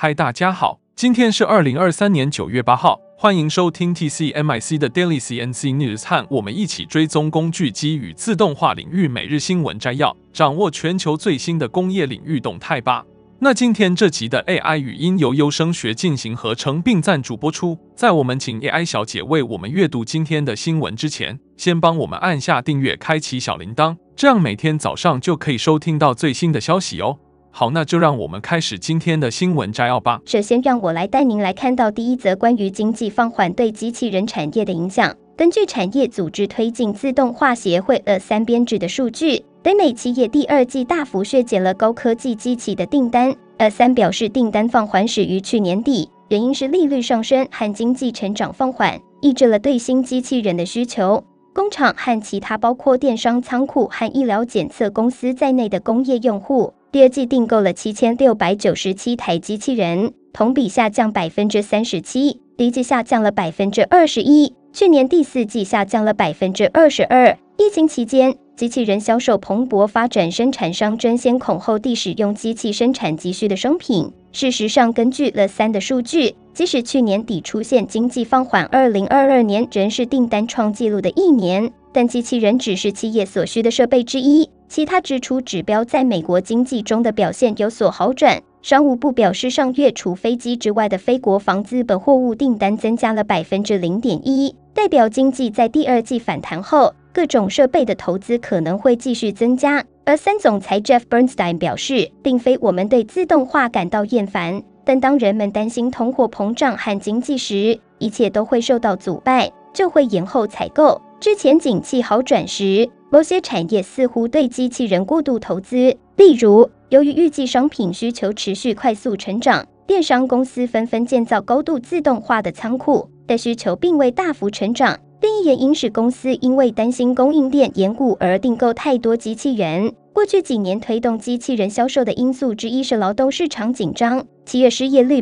嗨，大家好，今天是2023年9月8号，欢迎收听 TCMIC 的 Daily CNC News 和我们一起追踪工具机与自动化领域每日新闻摘要，掌握全球最新的工业领域动态吧。那今天这集的 AI 语音由优声学进行合成并赞助播出。在我们请 AI 小姐为我们阅读今天的新闻之前，先帮我们按下订阅，开启小铃铛，这样每天早上就可以收听到最新的消息哦。好，那就让我们开始今天的新闻摘要吧。 首先，让我来带您来看到第一则关于经济放缓对机器人产业的影响。根据产业组织推进自动化协会3编制的数据，北美企业第二季大幅削减了高科技机器的订单。3表示订单放缓始于去年底，原因是利率上升和经济成长放缓，抑制了对新机器人的需求。工厂和其他包括电商仓库和医疗检测公司在内的工业用户，第二季订购了7697台机器人，同比下降37%，第一季下降了21%，去年第四季下降了22%。疫情期间，机器人销售蓬勃发展，生产商争先恐后地使用机器生产急需的商品。事实上，根据3的数据，即使去年底出现经济放缓，2022年仍是订单创纪录的一年。但机器人只是企业所需的设备之一，其他支出指标在美国经济中的表现有所好转。商务部表示，上月除飞机之外的非国防资本货物订单增加了0.1%，代表经济在第二季反弹后，各种设备的投资可能会继续增加。而3总裁 Jeff Bernstein 表示，并非我们对自动化感到厌烦，但当人们担心通货膨胀和经济时，一切都会受到阻碍，就会延后采购。之前景气好转时，某些产业似乎对机器人过度投资，例如由于预计商品需求持续快速成长，电商公司纷纷建造高度自动化的仓库，但需求并未大幅成长。另一原因是公司因为担心供应链延误而订购太多机器人。过去几年推动机器人销售的因素之一是劳动市场紧张，企业失业率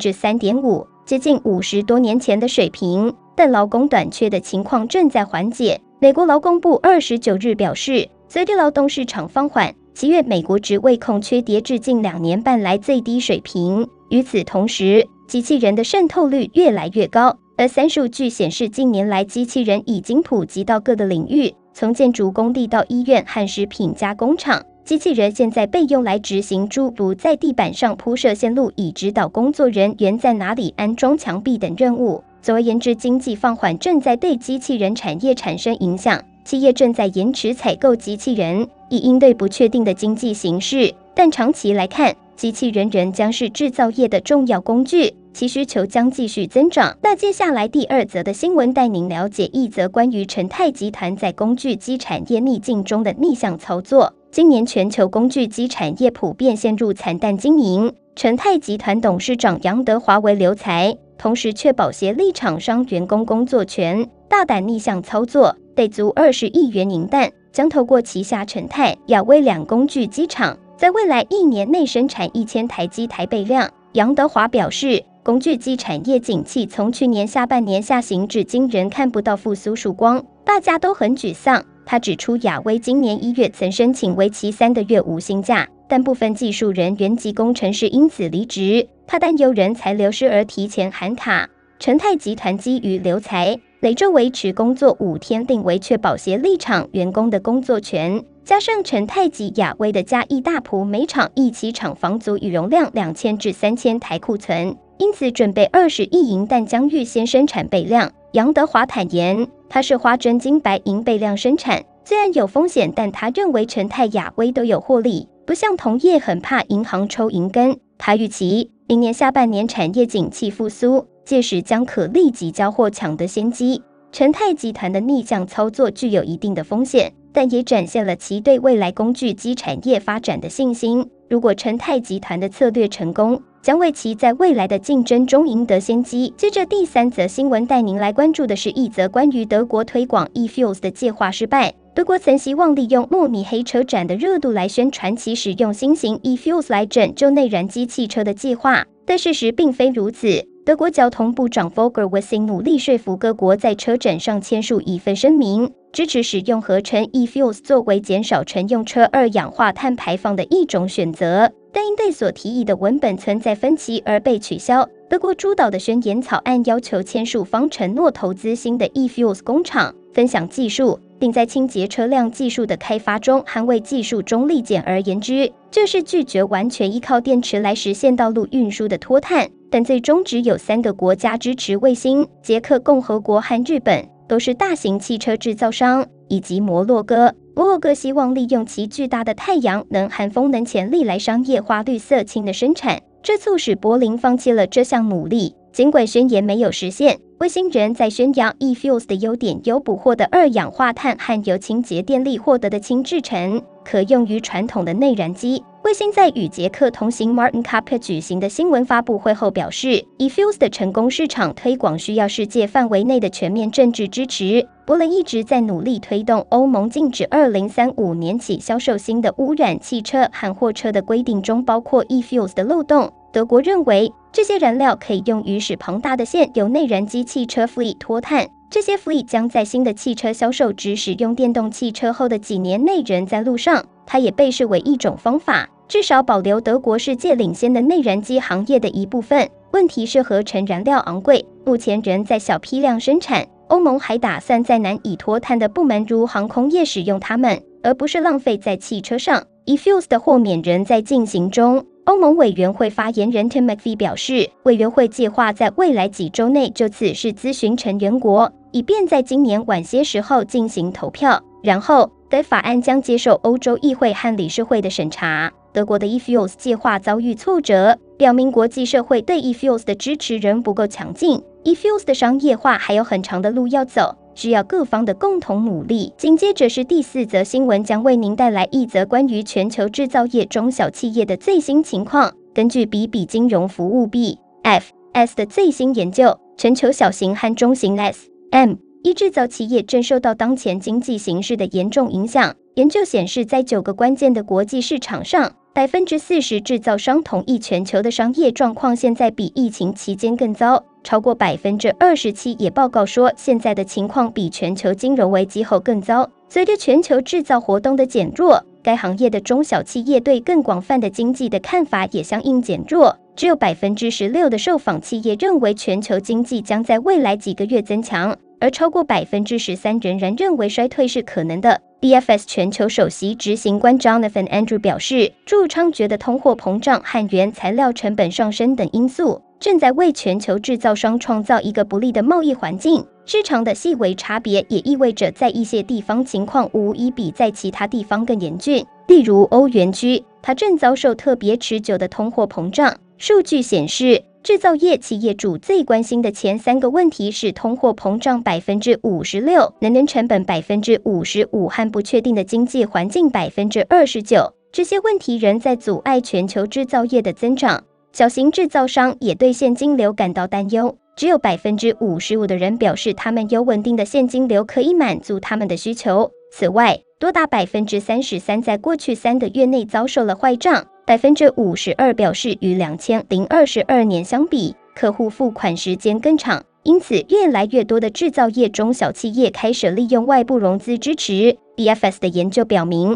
3.5%，接近50多年前的水平，但劳工短缺的情况正在缓解。美国劳工部29日表示，随着劳动市场放缓，7月美国职位空缺跌至近2年半来最低水平。与此同时，机器人的渗透率越来越高。而3数据显示，近年来机器人已经普及到各个领域，从建筑工地到医院和食品加工厂。机器人现在被用来执行诸如在地板上铺设线路，以指导工作人员在哪里安装墙壁等任务。总而言之，经济放缓正在对机器人产业产生影响，企业正在延迟采购机器人，以应对不确定的经济形势。但长期来看，机器人仍将是制造业的重要工具，其需求将继续增长。那接下来第2则的新闻带您了解一则关于成泰集团在工具机产业逆境中的逆向操作。今年全球工具机产业普遍陷入惨淡经营，成泰集团董事长杨德华为留才，同时确保协力厂商员工工作权，大胆逆向操作，得足20亿元银弹，将透过旗下成泰、亚威2工具机厂，在未来1年内生产1000台机台备量。杨德华表示，工具机产业景气从去年下半年下行至今仍看不到复苏曙光，大家都很沮丧。他指出，亚威今年1月曾申请为期3个月无薪假，但部分技术人员及工程师因此离职。他担忧人才流失而提前喊卡。成泰集团基于留才，每周维持工作5天，定为确保协力厂员工的工作权。加上成泰及亚威的嘉义大埔每厂一期厂房足与容量2000至3000台库存，因此准备20亿银弹将预先生产备量。杨德华坦言，他是花真金白银备量生产，虽然有风险，但他认为成泰亚威都有获利，不像同业很怕银行抽银根。他预期明年下半年产业景气复苏，届时将可立即交货抢得先机。成泰集团的逆向操作具有一定的风险，但也展现了其对未来工具机产业发展的信心。如果成泰集团的策略成功，将为其在未来的竞争中赢得先机。接着第3则新闻带您来关注的是一则关于德国推广 eFuels 的计划失败。德国曾希望利用慕尼黑车展的热度来宣传其使用新型 eFuels 来拯救内燃机汽车的计划，但事实并非如此。德国交通部长 Volker Wissing 努力说服各国在车展上签署一份声明，支持使用合成 eFuels 作为减少乘用车二氧化碳排放的一种选择。 但因对所提议的文本存在分歧而被取消。德国主导的宣言草案要求签署方承诺投资新的 e-fuels 工厂，分享技术，并在清洁车辆技术的开发中捍卫技术中立。简而言之，这是拒绝完全依靠电池来实现道路运输的脱碳。但最终只有3个国家支持卫星：捷克共和国和日本，都是大型汽车制造商，以及摩洛哥。摩洛哥希望利用其巨大的太阳能和风能潜力来商业化绿色氢的生产，这促使柏林放弃了这项努力。尽管宣言没有实现，卫星仍在宣扬 e-fuels 的优点：由捕获的二氧化碳和由清洁电力获得的氢制成，可用于传统的内燃机。卫星在与捷克同行 Martin Kappa 举行的新闻发布会后表示 ，e-fuels 的成功市场推广需要世界范围内的全面政治支持。柏林一直在努力推动欧盟禁止2035年起销售新的污染汽车和货车的规定中包括 e-fuels 的漏洞。德国认为，这些燃料可以用于使庞大的现有内燃机汽车 fleet 脱碳。这些 fleet 将在新的汽车销售只使用电动汽车后的几年内仍在路上。它也被视为一种方法，至少保留德国世界领先的内燃机行业的一部分。问题是合成燃料昂贵，目前仍在小批量生产。欧盟还打算在难以脱碳的部门如航空业使用它们，而不是浪费在汽车上。e-fuels 的豁免仍在进行中。欧盟委员会发言人 Tim McVie 表示，委员会计划在未来几周内就此事咨询成员国，以便在今年晚些时候进行投票。然后，该法案将接受欧洲议会和理事会的审查。德国的 e-fuels 计划遭遇挫折，表明国际社会对 e-fuels 的支持仍不够强劲。e-fuels 的商业化还有很长的路要走，需要各方的共同努力。紧接着是第4则新闻，将为您带来一则关于全球制造业中小企业的最新情况。根据比比金融服务 BFS 的最新研究，全球小型和中型 SME 制造企业正受到当前经济形势的严重影响。研究显示，在9个关键的国际市场上，40%制造商同意全球的商业状况现在比疫情期间更糟。超过27%也报告说，现在的情况比全球金融危机后更糟。随着全球制造活动的减弱，该行业的中小企业对更广泛的经济的看法也相应减弱。只有16%的受访企业认为全球经济将在未来几个月增强，而超过13%仍然认为衰退是可能的。BFS 全球首席执行官 Jonathan Andrew 表示，诸如猖獗的通货膨胀和原材料成本上升等因素，正在为全球制造商创造一个不利的贸易环境。市场的细微差别也意味着，在一些地方情况无疑比在其他地方更严峻。例如欧元区，它正遭受特别持久的通货膨胀。数据显示，制造业企业主最关心的前3个问题是通货膨胀56%、能源成本55%和不确定的经济环境29%。这些问题仍在阻碍全球制造业的增长。小型制造商也对现金流感到担忧，只有55%的人表示他们有稳定的现金流可以满足他们的需求。此外，多达33%在过去3个月内遭受了坏账。52%表示与2022年相比，客户付款时间更长。因此，越来越多的制造业中小企业开始利用外部融资支持。BFS 的研究表明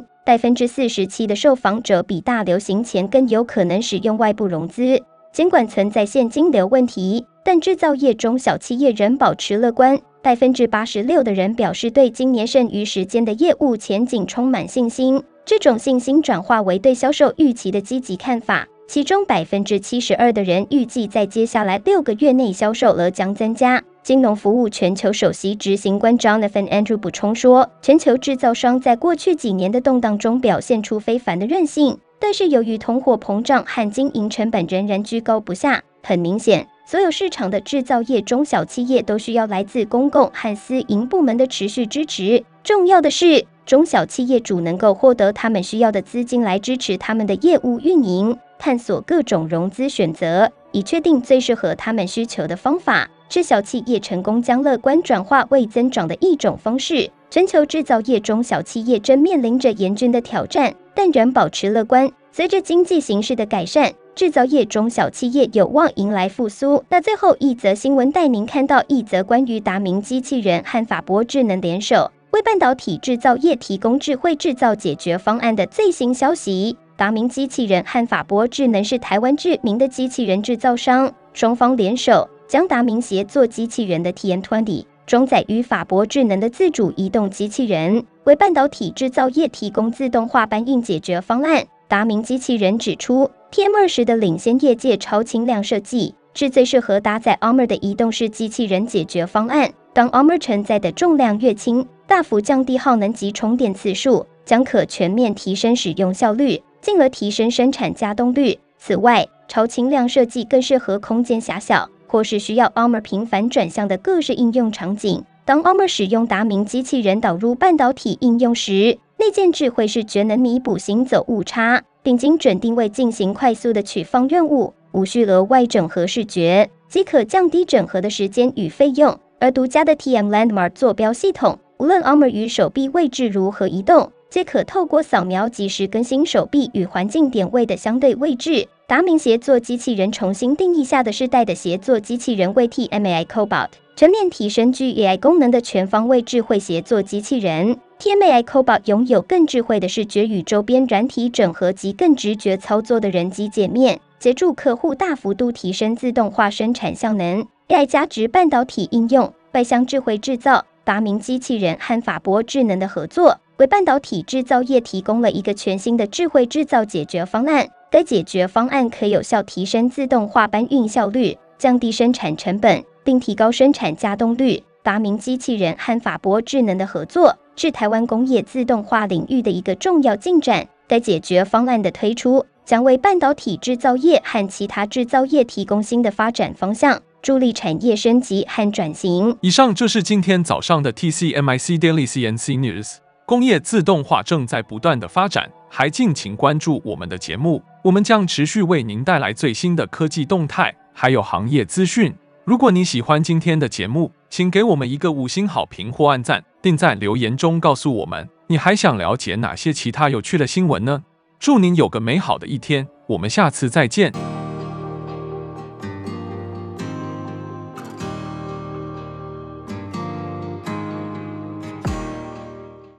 ，47%的受访者比大流行前更有可能使用外部融资。尽管存在现金流问题，但制造业中小企业仍保持乐观。86%的人表示对今年剩余时间的业务前景充满信心。这种信心转化为对销售预期的积极看法，其中72%的人预计在接下来6个月内销售额将增加。金融服务全球首席执行官 Jonathan Andrew 补充说，全球制造商在过去几年的动荡中表现出非凡的韧性，但是由于通货膨胀和经营成本仍然居高不下，很明显，所有市场的制造业中小企业都需要来自公共和私营部门的持续支持。重要的是，中小企业主能够获得他们需要的资金来支持他们的业务运营，探索各种融资选择，以确定最适合他们需求的方法。是小企业成功将乐观转化为增长的一种方式。全球制造业中小企业正面临着严峻的挑战，但仍保持乐观。随着经济形势的改善，制造业中小企业有望迎来复苏。那最后一则新闻带您看到一则关于达明机器人和法博智能联手，为半导体制造业提供智慧制造解决方案的最新消息。 达明机器人和法博智能是台湾知名的机器人制造商，双方联手将达明协作机器人的 TN20 装载于法博智能的自主移动机器人，为半导体制造业提供自动化搬运解决方案。达明机器人指出 ，TM20 的领先业界超轻量设计，是最适合搭载 Armor 的移动式机器人解决方案。当 Armor 承载的重量越轻，大幅降低耗能及充电次数，将可全面提升使用效率，进而提升生产加动率。此外，超轻量设计更适合空间狭小或是需要 Armor 频繁转向的各式应用场景。当 Armor 使用达明机器人导入半导体应用时，内建智慧视觉能弥补行走误差，并精准定位进行快速的取放任务，无需额外整合视觉，即可降低整合的时间与费用。而独家的 TM Landmark 坐标系统，无论 Armor 与手臂位置如何移动，皆可透过扫描及时更新手臂与环境点位的相对位置。达明协作机器人重新定义下的世代的协作机器人为 TMAI Cobot， 全面提升具 AI 功能的全方位智慧协作机器人。TMAI Cobot 拥有更智慧的视觉与周边软体整合及更直觉操作的人机界面，协助客户大幅度提升自动化生产效能。AI 加值半导体应用，外向智慧制造，达明机器人和法博智能的合作，为半导体制造业提供了一个全新的智慧制造解决方案。该解决方案可有效提升自动化搬运效率，降低生产成本，并提高生产加动率。达明机器人和法博智能的合作，是台湾工业自动化领域的一个重要进展。该解决方案的推出，将为半导体制造业和其他制造业提供新的发展方向，助力产业升级和转型。 以上就是今天早上的 TCMIC Daily CNC News。工业自动化正在不断的发展，还敬请关注我们的节目，我们将持续为您带来最新的科技动态，还有行业资讯。如果你喜欢今天的节目，请给我们一个5星好评或按赞，并在留言中告诉我们，你还想了解哪些其他有趣的新闻呢？祝您有个美好的一天，我们下次再见。